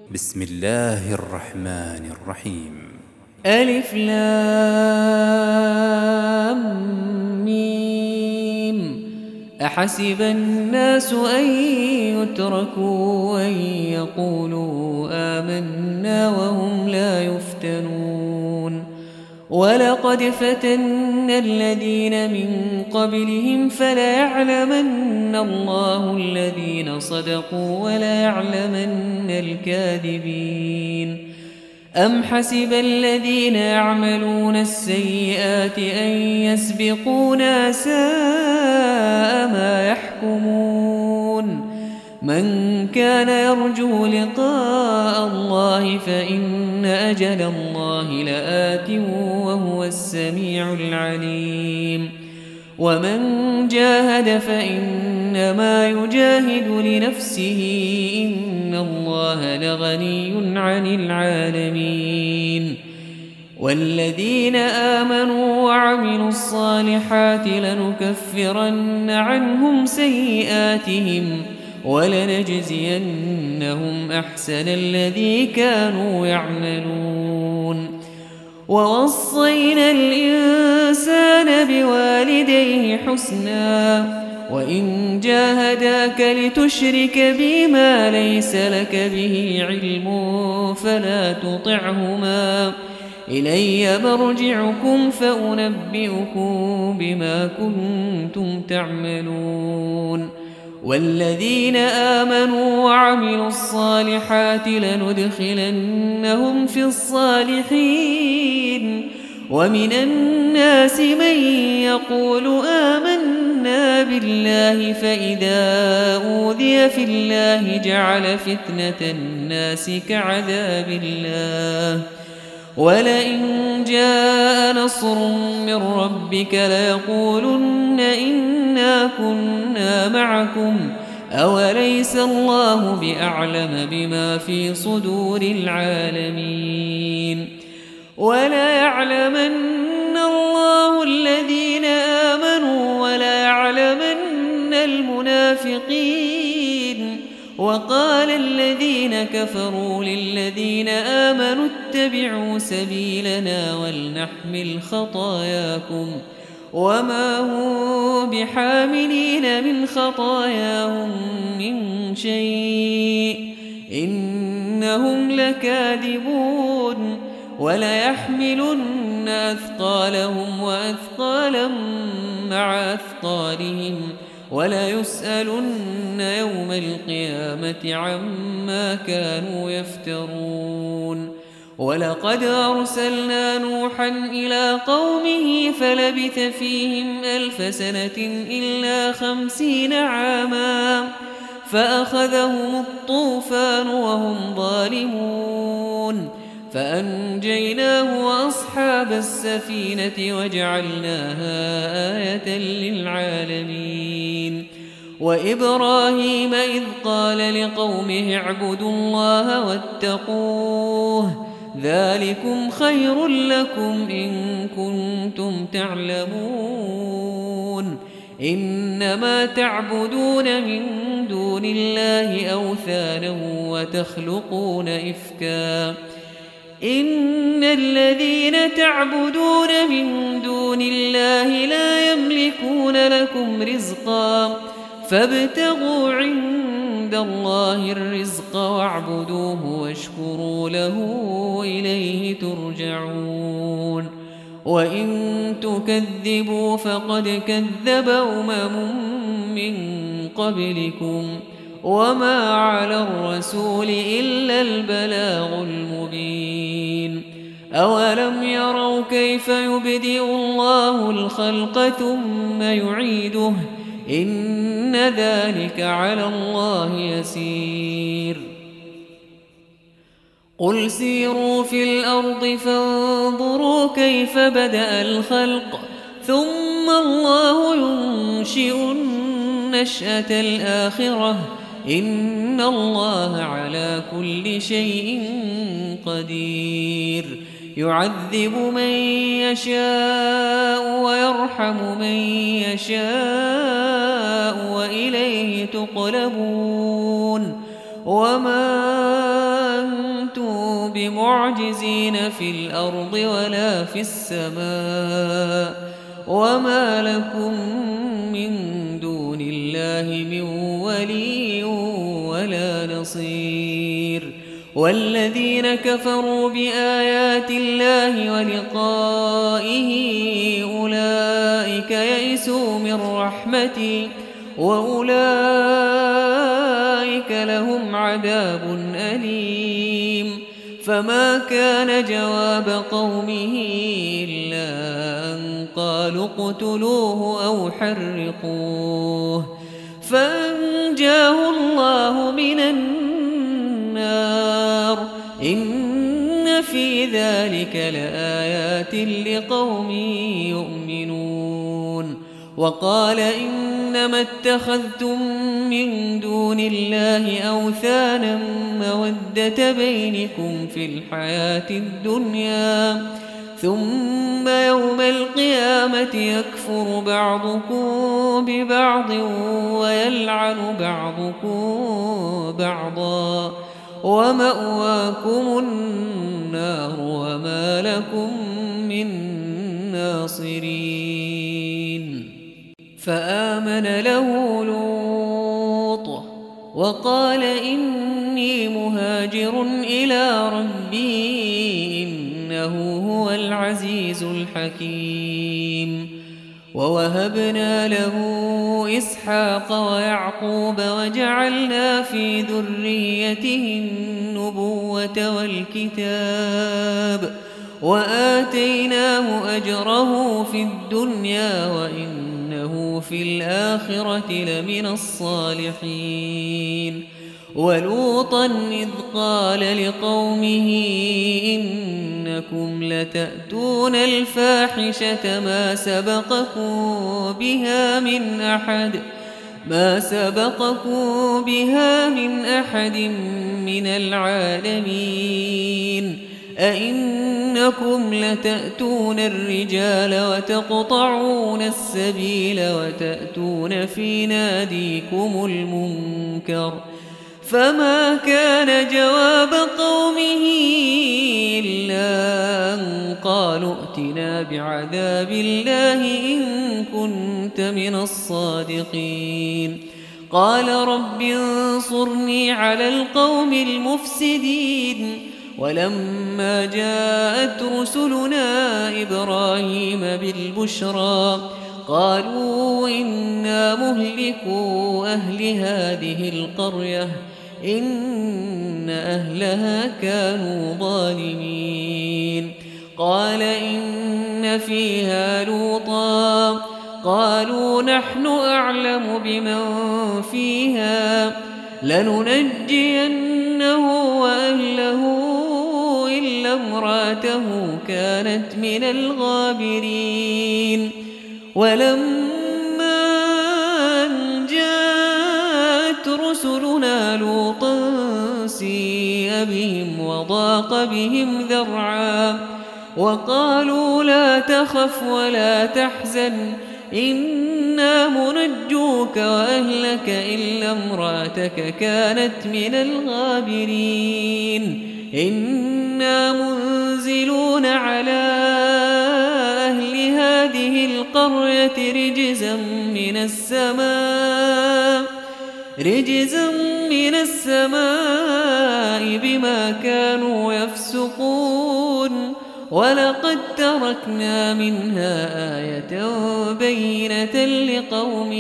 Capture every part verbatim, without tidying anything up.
بسم الله الرحمن الرحيم. ألف لام ميم. أحسب الناس أن يتركوا أن يقولوا آمنا وهم لا يفتنون. ولقد فتنا الذين من قبلهم فليعلمن الله الذين صدقوا وليعلمن الكاذبين. أم حسب الذين يعملون السيئات أن يسبقونا ساء ما يحكمون. من كان يرجو لقاء الله فإن أجل الله لآت وهو السميع العليم. ومن جاهد فإنما يجاهد لنفسه إن الله لغني عن العالمين. والذين آمنوا وعملوا الصالحات لنكفرن عنهم سيئاتهم ولنجزينهم أحسن الذي كانوا يعملون. ووصينا الإنسان بوالديه حسنا وإن جاهداك لتشرك بي ما ليس لك به علم فلا تطعهما إلي مرجعكم فأنبئكم بما كنتم تعملون. والذين آمنوا وعملوا الصالحات لندخلنهم في الصالحين. ومن الناس من يقول آمنا بالله فإذا أوذي في الله جعل فتنة الناس كعذاب الله. ولئن جاء نصر من ربك ليقولن إنا كنا معكم أوليس الله بأعلم بما في صدور العالمين. ولا يعلمن الله الذين آمنوا ولا يعلمن المنافقين. وقال الذين كفروا للذين آمنوا اتبعوا سبيلنا ولنحمل خطاياكم وما هم بحاملين من خطاياهم من شيء إنهم لكاذبون. وليحملن أثقالهم وأثقالا مع أثقالهم وليسألن يوم القيامة عما كانوا يفترون. ولقد أرسلنا نوحا إلى قومه فلبث فيهم ألف سنة إلا خمسين عاما فأخذهم الطوفان وهم ظالمون فأنجيناه وأصحاب السفينة وجعلناها آية للعالمين. وإبراهيم إذ قال لقومه اعبدوا الله واتقوه ذلكم خير لكم إن كنتم تعلمون. إنما تعبدون من دون الله أوثانا وتخلقون إفكا إن الذين تعبدون من دون الله لا يملكون لكم رزقا فابتغوا عند الله الرزق واعبدوه واشكروا له إليه ترجعون. وإن تكذبوا فقد كذب أمم من قبلكم وما على الرسول إلا البلاغ المبين. أولم يروا كيف يبدئ الله الخلق ثم يعيده إن ذلك على الله يسير. قل سيروا في الأرض فانظروا كيف بدأ الخلق ثم الله ينشئ النشأة الآخرة إن الله على كل شيء قدير. يعذب من يشاء ويرحم من يشاء وإليه تقلبون. وما بمعجزين في الأرض ولا في السماء وما لكم من دون الله من ولي ولا نصير والذين كفروا بآيات الله ولقائه أولئك يئسوا من رحمتي وأولئك لهم عذاب أليم فما كان جواب قومه إلا أن قالوا اقتلوه أو حرقوه فأنجاه الله من النار إن في ذلك لآيات لقوم يؤمنون وقال إنما اتخذتم من دون الله أوثانا مودة بينكم في الحياة الدنيا ثم يوم القيامة يكفر بعضكم ببعض ويلعن بعضكم بعضا ومأواكم النار وما لكم من ناصرين فآمن له لوط وقال إني مهاجر إلى ربي إنه هو العزيز الحكيم ووهبنا له إسحاق ويعقوب وجعلنا في ذريته النبوة والكتاب وآتيناه أجره في الدنيا وإنه في الآخرة لمن الصالحين ولوطا إذ قال لقومه إنكم لتأتون الفاحشة ما سبقكم بها من أحد ما سبقكم بها من أحد من العالمين أئنكم لتأتون الرجال وتقطعون السبيل وتأتون في ناديكم المنكر فما كان جواب قومه إلا أن قالوا ائتنا بعذاب الله إن كنت من الصادقين قال رب انصرني على القوم المفسدين ولما جاءت رسلنا إبراهيم بالبشرى قالوا إنا مهلكو أهل هذه القرية إن أهلها كانوا ظالمين قال إن فيها لوطا قالوا نحن أعلم بمن فيها لننجينه وأهله إلا امرأته كانت من الغابرين ولما أن جاءت رسلنا لوطا سيء بهم وضاق بهم ذرعا وقالوا لا تخف ولا تحزن إنا منجوك وأهلك إلا امرأتك كانت من الغابرين إنا منزلون على أهل هذه القرية رجزا من السماء رجزا من السماء بما كانوا يفسقون ولقد تركنا منها آية بينة لقوم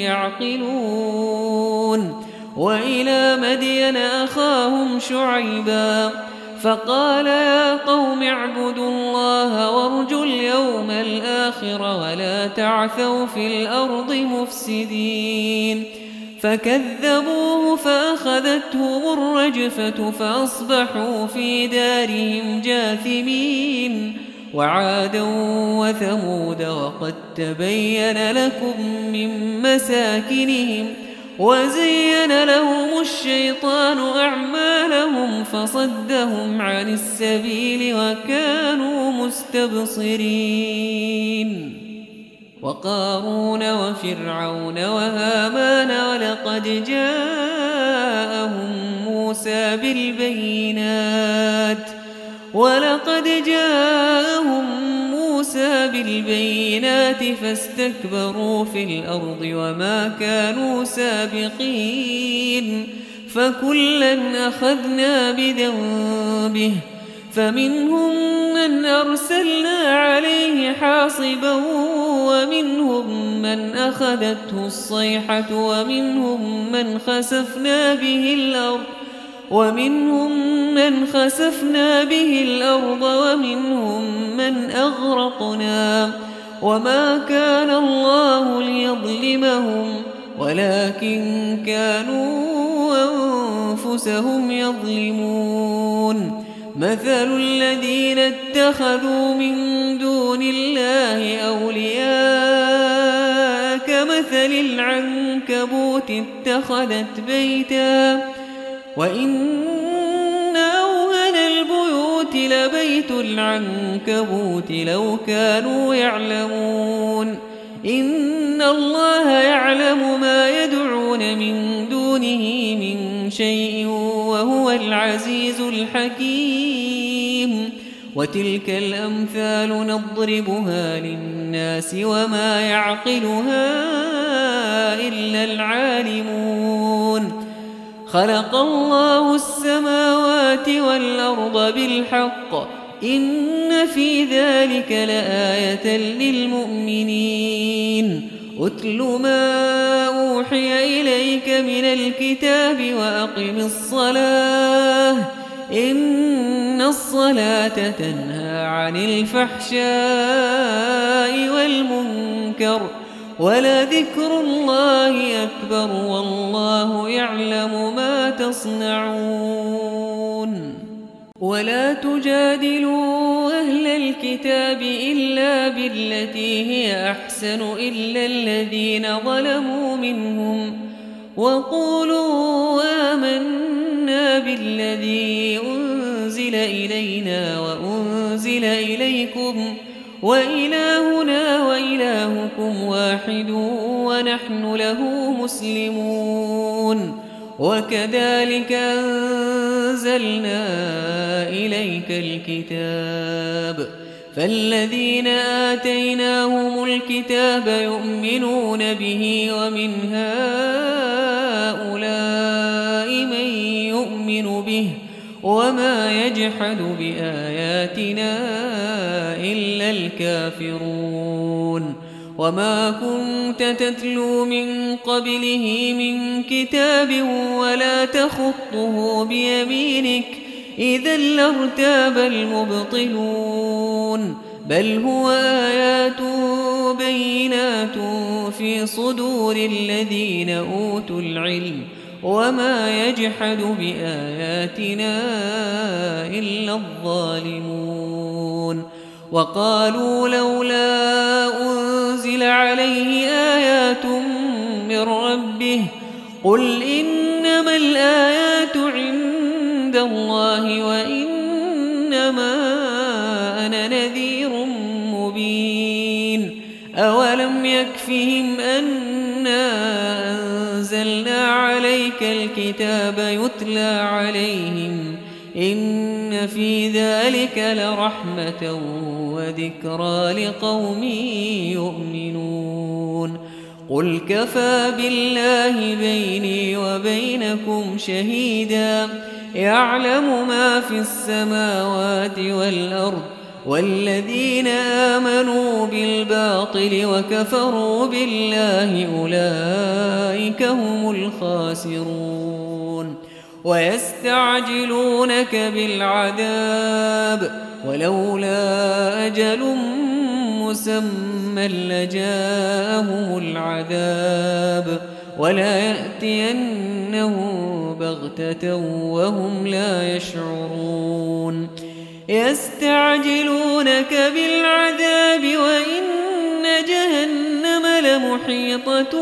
يعقلون وإلى مدين أخاهم شعيبا فقال يا قوم اعبدوا الله وارجوا اليوم الآخر ولا تعثوا في الأرض مفسدين فكذبوه فأخذتهم الرجفة فأصبحوا في دارهم جاثمين وعادا وثمود وقد تبين لكم من مساكنهم وزين لهم الشيطان أعمالهم فصدهم عن السبيل وكانوا مستبصرين وقارون وفرعون وهامان ولقد جاءهم موسى بالبينات ولقد جاءهم موسى بالبينات فاستكبروا في الأرض وما كانوا سابقين فكلا أخذنا بذنبه فمنهم من أرسلنا عليه حاصبا ومنهم من أخذته الصيحة ومنهم من خسفنا به الأرض ومنهم من خسفنا به الأرض ومنهم من أغرقنا وما كان الله ليظلمهم ولكن كانوا أنفسهم يظلمون مثل الذين اتخذوا من دون الله أولياء كمثل العنكبوت اتخذت بيتا وإن أوهن البيوت لبيت العنكبوت لو كانوا يعلمون إن الله يعلم ما يدعون من دونه من شيء وهو العزيز الحكيم وتلك الأمثال نضربها للناس وما يعقلها إلا العالمون خلق الله السماوات والأرض بالحق إن في ذلك لآية للمؤمنين أتل ما أوحي إليك من الكتاب وأقم الصلاة إن الصلاة تنهى عن الفحشاء والمنكر ولذكر الله أكبر والله يعلم ما تصنعون ولا تجادلوا أهل الكتاب إلا بالتي هي أحسن إلا الذين ظلموا منهم وقولوا آمنا بالذي أنزل إلينا وأنزل إليكم وإلهنا وإلهكم واحد ونحن له مسلمون وكذلك أنزلنا إليك الكتاب فالذين آتيناهم الكتاب يؤمنون به ومن هؤلاء من يؤمن به وما يجحد بآياتنا إلا الكافرون وما كنت تتلو من قبله من كتاب ولا تخطه بيمينك إذا لارتاب المبطلون بل هو آيات بينات في صدور الذين أوتوا العلم وما يجحد بآياتنا إلا الظالمون وقالوا لولا أنزل عليه آيات من ربه قل إنما الآيات عند الله وإنما أنا نذير مبين أولم يكفهم أنا أنزلنا عليك الكتاب يتلى عليهم إن في ذلك لرحمة وذكرى لقوم يؤمنون قل كفى بالله بيني وبينكم شهيدا يعلم ما في السماوات والأرض والذين آمنوا بالباطل وكفروا بالله أولئك هم الخاسرون ويستعجلونك بالعذاب ولولا أجل مسمى لجاءهم العذاب ولا يأتينهم بغتة وهم لا يشعرون يستعجلونك بالعذاب وإن جهنم لمحيطة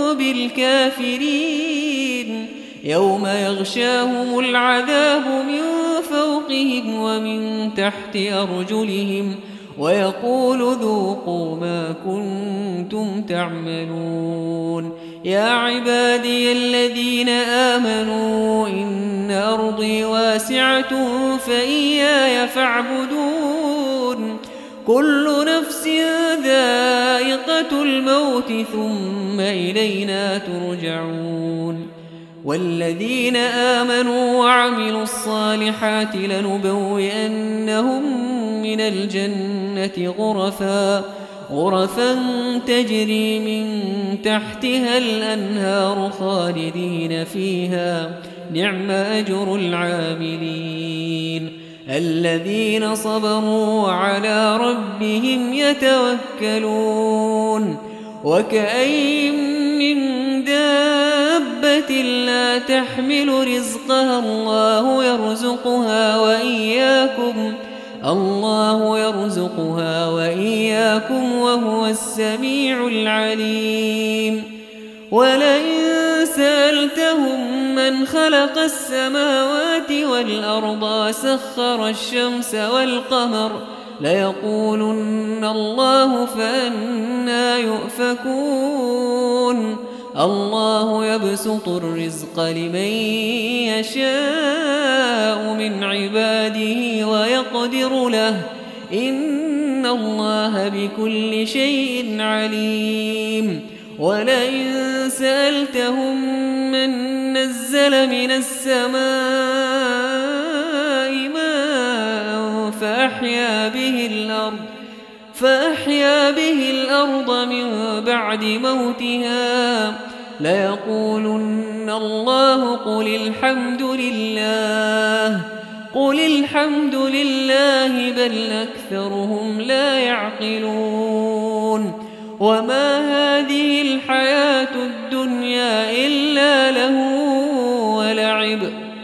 بالكافرين يوم يغشاهم العذاب من فوقهم ومن تحت أرجلهم ويقول ذوقوا ما كنتم تعملون يا عبادي الذين آمنوا إن أرضي واسعة فإياي فاعبدون كل نفس ذائقة الموت ثم إلينا ترجعون والذين آمنوا وعملوا الصالحات لنبوئنهم من الجنة غرفا غرفا تجري من تحتها الأنهار خالدين فيها نعم أجر العاملين الذين صبروا وعلى ربهم يتوكلون وكأين من دابة لا تحمل رزقها الله يرزقها وإياكم الله يرزقها وإياكم وهو السميع العليم ولئن سألتهم من خلق السماوات والأرض وسخر الشمس والقمر ليقولن الله فأنى يؤفكون الله يبسط الرزق لمن يشاء من عباده ويقدر له إن الله بكل شيء عليم ولئن سألتهم من نزل من السماء ماء فأحيا به الأرض فأحيا به الأرض من بعد موتها ليقولن الله قل الحمد لله قل الحمد لله بل أكثرهم لا يعقلون وما هذه الحياة الدنيا إلا لهو ولعب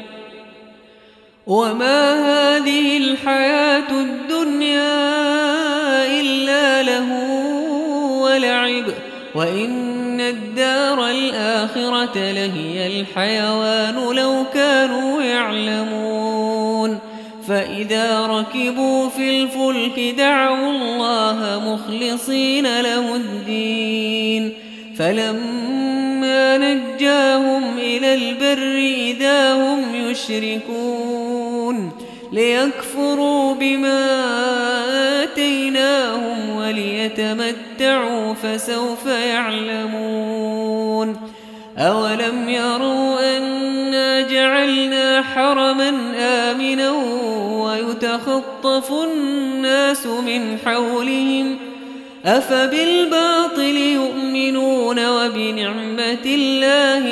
وما هذه الحياة الدنيا إلا لهو ولعب وإن الدار الآخرة لهي الحيوان لو كانوا يعلمون فإذا ركبوا في الفلك دعوا الله مخلصين له الدين فلما نجاهم إلى البر إذا هم يشركون ليكفروا بما آتيناهم وليتمتعوا فسوف يعلمون أولم يروا أنا جعلنا حرما آمنا ويتخطف الناس من حولهم أفبالباطل يؤمنون وبنعمة الله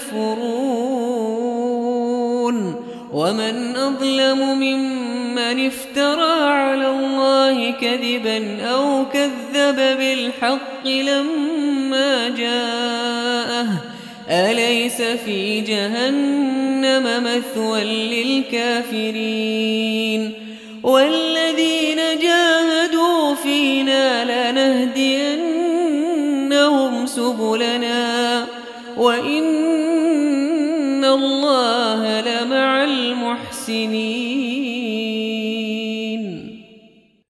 يكفرون ومن أظلم ممن افترى على الله كذبا أو كذب بالحق لما جاءه أليس في جهنم مثوى للكافرين والذين جاهدوا فينا لنهدينهم سبلنا وإن الله لمع المحسنين